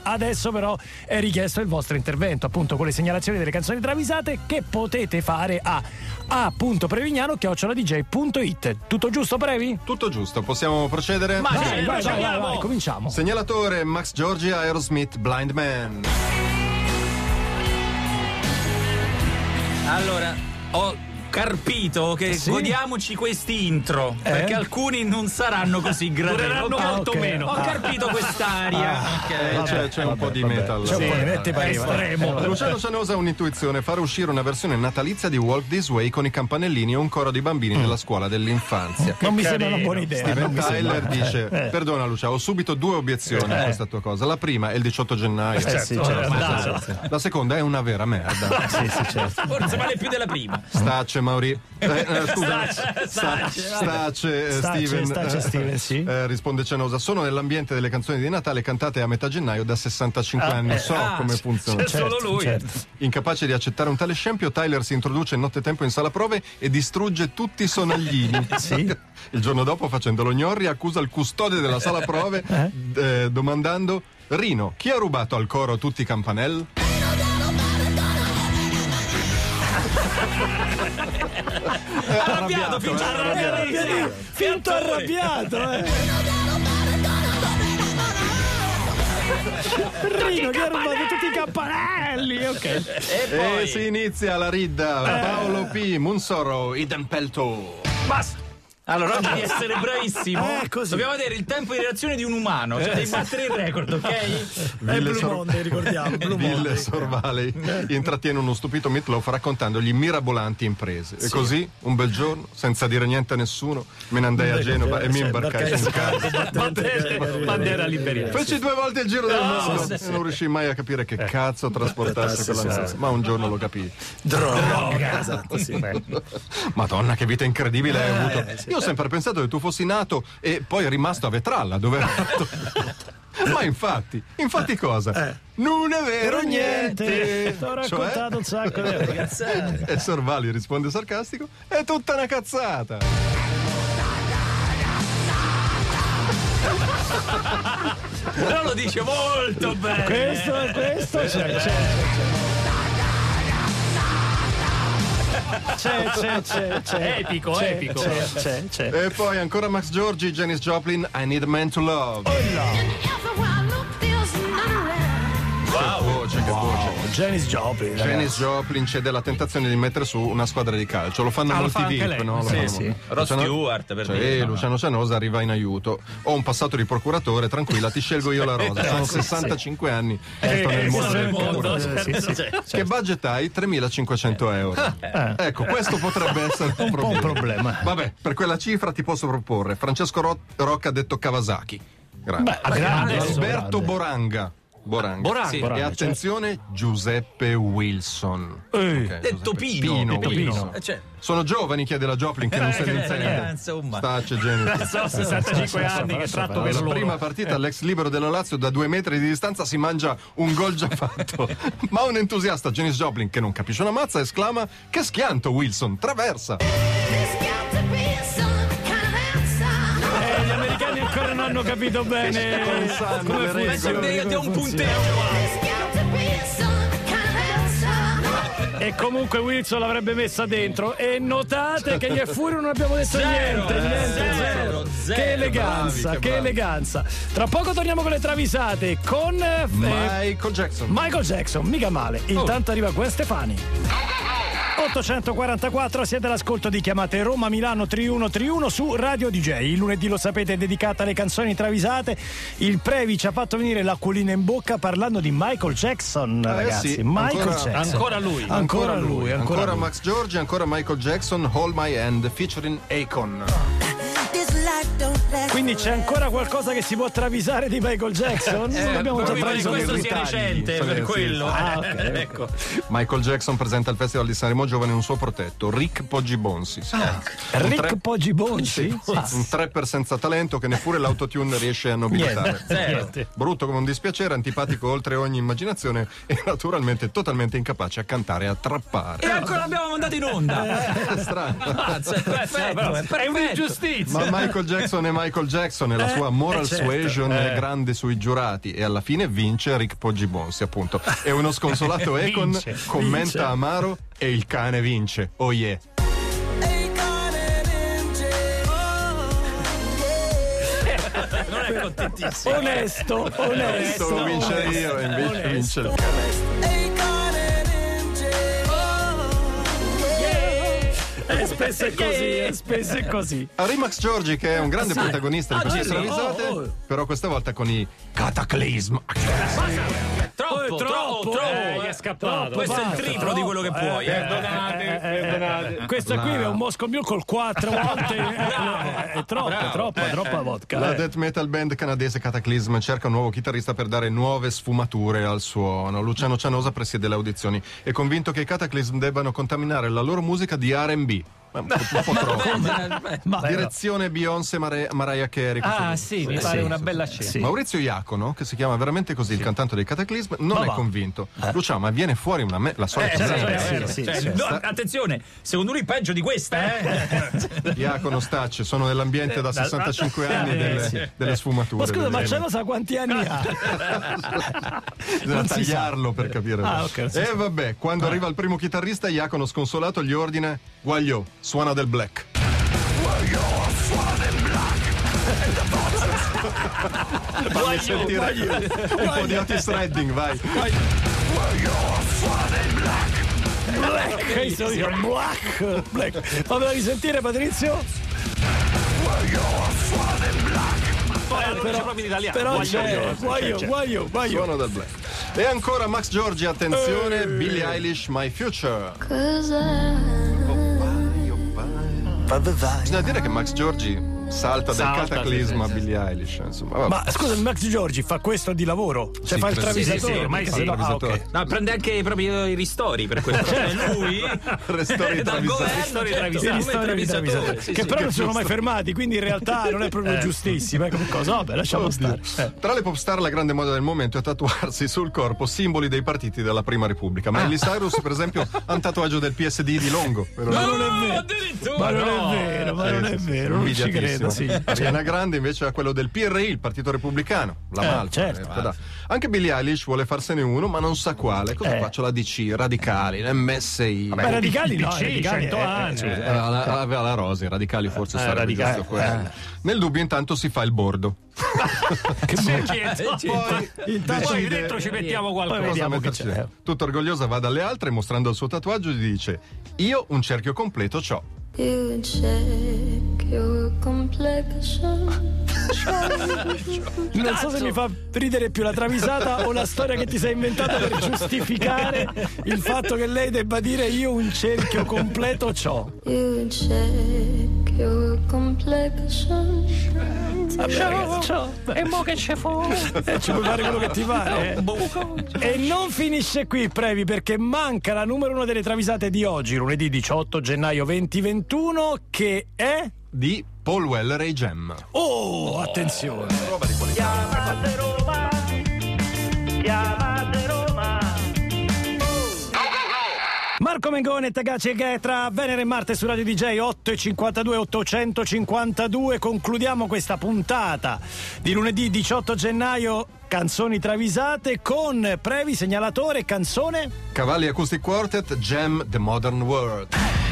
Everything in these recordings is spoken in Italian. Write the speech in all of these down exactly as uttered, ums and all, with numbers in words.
Adesso però è richiesto il vostro intervento, appunto con le segnalazioni delle canzoni travisate, che potete fare a a punto prevignano chiocciola d j punto it. Tutto giusto, Previ? Tutto giusto, possiamo procedere? Vai, vai, vai, vai, vai, vai, cominciamo. Segnalatore Max Giorgi, Aerosmith, Blind Man. Allora, ho carpito che sì? godiamoci questi intro, eh? perché alcuni non saranno così gradevoli. Dureranno molto okay. meno. Ho carpito quest'aria. Ah, okay. vabbè, c'è, c'è un vabbè, po' di vabbè. metal. C'è sì. un po' di metal, pareva. Estremo. Luciano Cianosa ha un'intuizione: fare uscire una versione natalizia di Walk This Way con i campanellini e un coro di bambini mm. della scuola dell'infanzia. Non mi sembra una buona idea. Steven Tyler dice: eh. perdona Lucia, ho subito due obiezioni a questa tua cosa. La prima è il diciotto gennaio. Eh, sì, certo. La seconda è una vera merda. Sì, sì, certo. Forse vale più della prima. Stace Mauri. Eh, eh, scusa, Stace, Stace, Stace, eh, Stace, Steven, Stace, Steven, sì. eh, risponde Cianosa: sono nell'ambiente delle canzoni di Natale cantate a metà gennaio da sessantacinque Ah, anni. eh, So ah, come c'è funziona. solo Certo, lui. certo. Incapace di accettare un tale scempio, Tyler si introduce in nottetempo in sala prove e distrugge tutti i sonaglini. Sì. Il giorno dopo, facendolo gnorri, accusa il custode della sala prove Eh? eh, domandando: Rino, chi ha rubato al coro tutti i campanelli? Arrabbiato, finto arrabbiato. Finto arrabbiato, eh. Rino che ha rubato tutti i campanelli, ok. E E poi si inizia la ridda. Paolo P. Munsoro, Idem Pelto. basta. Allora, devi essere bravissimo. Eh, così. Dobbiamo avere il tempo di reazione di un umano, cioè devi battere il record, ok? È Ville Blue Sor- Monday, ricordiamo. Blue Ville Monday. Sorvali intrattiene uno stupito Meatloaf raccontandogli mirabolanti imprese. E così, un bel giorno, senza dire niente a nessuno, me ne andai a Genova e mi imbarcai su un carro. Bandiera liberiana. Feci due volte il giro del No, mondo sì, e sì. non riuscii mai a capire che cazzo trasportasse quella nave. Ma un giorno lo capii. Droga. Esatto, sì. Madonna, che vita incredibile hai avuto. Io ho sempre pensato che tu fossi nato e poi rimasto a Vetralla, dove eri nato. Ma infatti, infatti cosa? Non è vero niente. Ti ho Cioè? raccontato un sacco di cazzate. E Sorvali risponde sarcastico: è tutta una cazzata. Però lo dice molto bene. Questo, questo c'è, c'è, c'è. C'è, c'è, c'è, c'è. Epico, c'è, epico. C'è, c'è, c'è. E poi ancora Max Giorgi, Janis Joplin, I Need a Man to Love. Wow. Voce, che voce. Janis Joplin. Janis Joplin cede alla tentazione di mettere su una squadra di calcio. Lo fanno Ah, lo molti fa anche V I P, lei. no? Lo Sì, fanno sì. molti. Rod Luciano- Stewart, per Sì, dire. Luciano Cianosa arriva in aiuto. Ho un passato di procuratore, tranquilla, ti scelgo io la rosa. Sono sessantacinque anni che sto nel mondo del procura. certo, certo. Che budget hai? tremilacinquecento euro. Ecco, questo potrebbe essere un Un po' un problema. Vabbè, per quella cifra ti posso proporre Francesco Ro- Rocca detto Kawasaki. Grande. Beh, grande, Alberto grande. Boranga. Boranga. Boranga. Sì. E attenzione, Giuseppe Wilson. Ok, Detto Giuseppe- Pino. Pino, Detto Wilson. Pino. Eh, cioè, Sono giovani, chiede la Joplin, che non se ne Eh, intende. eh, insomma. Stace genere. sono sessantacinque anni che tratto per Alla loro. prima partita l'ex libero della Lazio da due metri di distanza si mangia un gol già fatto. Ma un entusiasta, Janis Joplin, che non capisce una mazza, esclama: che schianto Wilson, traversa. Eh, gli americani ancora non hanno capito bene non sanno come le regole. funziona. Devi dare un come funziona. punteggio. E comunque Wilson l'avrebbe messa dentro. E notate che gli F non abbiamo detto Zero, niente, eh, niente, zero, zero. zero. Che eleganza, Bravi, che che, bravi. eleganza. Tra poco torniamo con le travisate con eh, Michael Jackson. Michael Jackson, mica male. Intanto arriva Gwen Stefani. ottocentoquarantaquattro, siete all'ascolto di Chiamate Roma Milano tre uno tre uno su Radio D J. Il lunedì, lo sapete, è dedicata alle canzoni travisate. Il Previ ci ha fatto venire l'acquolina in bocca parlando di Michael Jackson, Eh, ragazzi. sì, Michael ancora- Jackson. Ancora lui. Ancora lui, ancora lui. Max Giorgi, ancora Michael Jackson, Hold My Hand featuring Akon. Quindi c'è ancora qualcosa che si può travisare di Michael Jackson? Eh, Non abbiamo già proprio travisato questo i sia ritagli. recente, Sì, per sì, quello. sì. Ah, ok. Ecco. Michael Jackson presenta al Festival di Sanremo Giovane un suo protetto, Rick Poggibonsi. Si chiama. Un Rick tre- Poggibonsi? Ah. Un trapper senza talento che neppure l'autotune riesce a nobilitare. Zero. Brutto come un dispiacere, antipatico oltre ogni immaginazione e naturalmente totalmente incapace a cantare e a trappare. E ancora l'abbiamo mandato in onda. È strano. Mazza, è perfetto, è È perfetto. un'ingiustizia. Ma Michael Jackson è Michael Jackson e la Eh, sua Moral eh, certo. Suasion Eh. è grande sui giurati e alla fine vince Rick Poggibonsi, appunto. E uno sconsolato Econ Vince, commenta vince. amaro e il cane vince. Oh yeah. Non è contentissimo. Onesto, onesto. Solo vince io e invece vince il cane. E spesso è così, e spesso è così. Harry Max Giorgi, che è un grande protagonista di queste sì. travisate, Oh, oh. però questa volta con i Cataclysm. Troppo, Oh, è troppo, troppo, troppo. eh, gli è scappato. Questo è il basta, triplo di quello che troppo, puoi. eh, Perdonate, perdonate. Questo qui è un Moscow Mule col quattro volte. eh, eh, È troppo, Bravo. troppa, troppa vodka. La eh. death metal band canadese Cataclysm cerca un nuovo chitarrista per dare nuove sfumature al suono. Luciano Cianosa presiede le audizioni. È convinto che i Cataclysm debbano contaminare la loro musica di R and B. Ma un po', un po' troppo. Ma Direzione Beyoncé, Mare- Mariah Carey. Ah, questo- sì, mi Sì, pare sì, una sì, bella sì. scena. Maurizio Iacono, che si chiama veramente così, il cantante dei Cataclysm, non Ma è va. convinto. Luciano, ma viene fuori una me- la solita Eh, sì, cosa. è sì, vero. sì, Cioè, sì. no, attenzione, secondo lui peggio di questa, eh? Iacono, Stacce, sono nell'ambiente da sessantacinque anni Eh, delle, sì. delle sfumature. Ma scusa, ma vedremo. Cianosa quanti anni ha? Bisogna Non si sa. tagliarlo per capire. Ah, ok, non si E sa. vabbè, quando arriva il primo chitarrista, Iacono sconsolato gli ordina: Guaglio, suona del black. Fammi sentire un po' di Otis Redding, vai. Black, che sto dicendo? Black, Black. Fammela risentire, Patrizio. Poi però, proprio in italiano. Però Guaglio, c'è, guaglio, guaio, c'è. guaio, guaio. Suono del black. E ancora Max Giorgi, attenzione, Eh. Billie Eilish, My Future. Cause I Bisogna dire che Max Giorgi salta, Salta, del Cataclysm sì, a sì, Billie Eilish, insomma. Vabbè. Ma scusa, Max Giorgi fa questo di lavoro? Cioè Sì, fa il credo. travisatore? Sì, sì, sì, ormai Perché sì, sennò- ah, travisatore. ok. No, prende anche proprio i ristori per questo. Cioè lui Ristori dal travisati. governo I certo, Ristori come ristori di travisatore, travisatore, sì, che sì. però non sono mai fermati, quindi in realtà non è proprio giustissimo. Eh, come cosa? Vabbè, lasciamo Oddio. stare. Eh. Tra le pop star la grande moda del momento è tatuarsi sul corpo simboli dei partiti della Prima Repubblica. Miley Cyrus, per esempio, ha un tatuaggio del P S D di Longo. Però Ma non è vero, addirittura, ma non no. è vero, ma non è Sì, sì, vero, non ci credo. Sì. Ariana Grande invece ha quello del P R I, il Partito Repubblicano, la Eh, Malta. certo. eh, da- Anche Billie Eilish vuole farsene uno, ma non sa quale. Cosa Eh. faccio? La D C, radicali, l'M S I. Ma radicali no, P C, radicali cento eh, anni. eh, scusa, Eh, la, la, la Rosa, i radicali forse sarebbe radicali, giusto quello. Nel dubbio intanto si fa il bordo. Che Certo. Poi Intanto Poi decide dentro ci mettiamo Poi qualcosa. cosa vediamo che metterci c'è. dentro. Tutta orgogliosa va dalle altre, mostrando il suo tatuaggio, gli dice: io un cerchio completo c'ho. you check your complexion. Non so se mi fa ridere più la travisata o la storia che ti sei inventata per giustificare il fatto che lei debba dire io un cerchio completo c'ho. You check your complexion. Vabbè, ragazzi, c'ho. E mo che c'è fuori? Eh, ci puoi fare quello che ti pare. eh. E non finisce qui, Previ, perché manca la numero uno delle travisate di oggi, lunedì diciotto gennaio duemilaventuno, che è... Di Paul Weller e i Gem. Oh, attenzione. Chiamate Roma, chiamate Roma. Marco Mengone, Tagaci e Ghetra, Venere e Marte su Radio D J, otto e cinquantadue, ottocentocinquantadue. Concludiamo questa puntata di lunedì diciotto gennaio, canzoni travisate, con Previ, segnalatore, canzone. Cavalli Acoustic Quartet, Gem, The Modern World.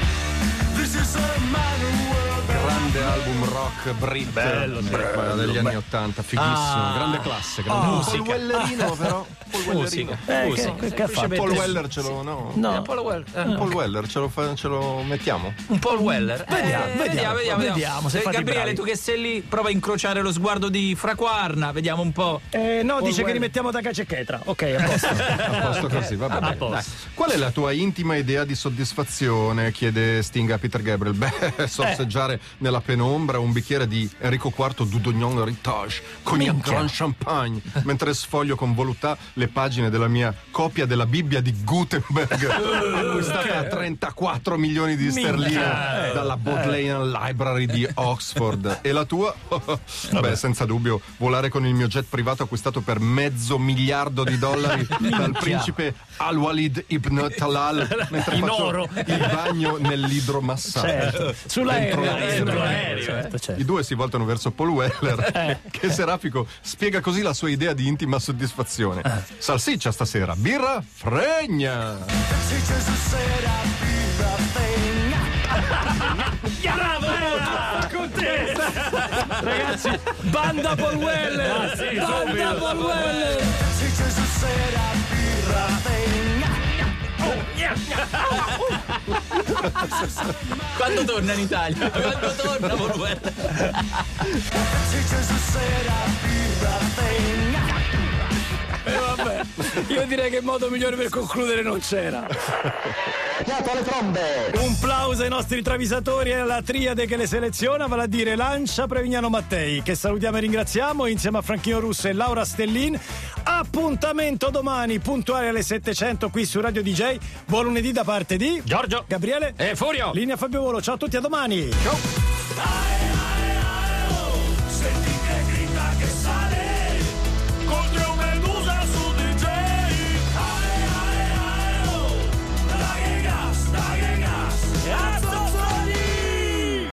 Grande album rock brit, Bello, sì. bello, degli anni ottanta, fighissimo, Ah. grande classe, grande Ah. Paul Wellerino però, Paul Wellerino. Eh, che, che, che ha fatto? Paul Weller ce lo, no? No. Paul Weller. eh. Paul Weller ce lo, fa- ce lo mettiamo? Un Paul Weller. Vediamo, Eh, vediamo, vediamo, vediamo, se Eh, fate Gabriele, bravi. tu che sei lì, prova a incrociare lo sguardo di Fraquarna, vediamo un po'. Eh, no, dice che Weller. rimettiamo Tagaci e Ghetra. Ok, a posto. A posto così, va bene. A posto. Dai. Qual è la tua intima idea di soddisfazione? Chiede Sting a Peter Gabriel. Beh, sorseggiare nella penombra un bicchiere di Enrico quarto Dudognon Heritage, cognac Minchia. Grand Champagne, mentre sfoglio con voluttà le pagine della mia copia della Bibbia di Gutenberg, acquistata a trentaquattro milioni di sterline dalla Bodleian Library di Oxford. E la tua? Beh, senza dubbio, volare con il mio jet privato acquistato per mezzo miliardo di dollari dal principe Al-Walid ibn Talal mentre In faccio oro. il bagno nell'idromassaggio. Certo. Sull'aereo, Dentro, eh, sull'aereo, certo, certo. I due si voltano verso Paul Weller, che Serafico spiega così la sua idea di intima soddisfazione. Salsiccia stasera, birra fregna. Bravo! Con te! Ragazzi, banda Paul Weller! Ah, sì, banda subito. Paul Weller! Quando torna in Italia? Quando torna Paul Weller? E eh, vabbè, io direi che il modo migliore per concludere non c'era. Un plauso ai nostri travisatori e alla triade che le seleziona, vale a dire Lancia, Prevignano, Mattei, che salutiamo e ringraziamo insieme a Franchino Russo e Laura Stellin. Appuntamento domani puntuale alle settecento qui su Radio D J. Buon lunedì da parte di Giorgio Gabriele e Furio. Linea Fabio Volo. Ciao a tutti, a domani. Ciao.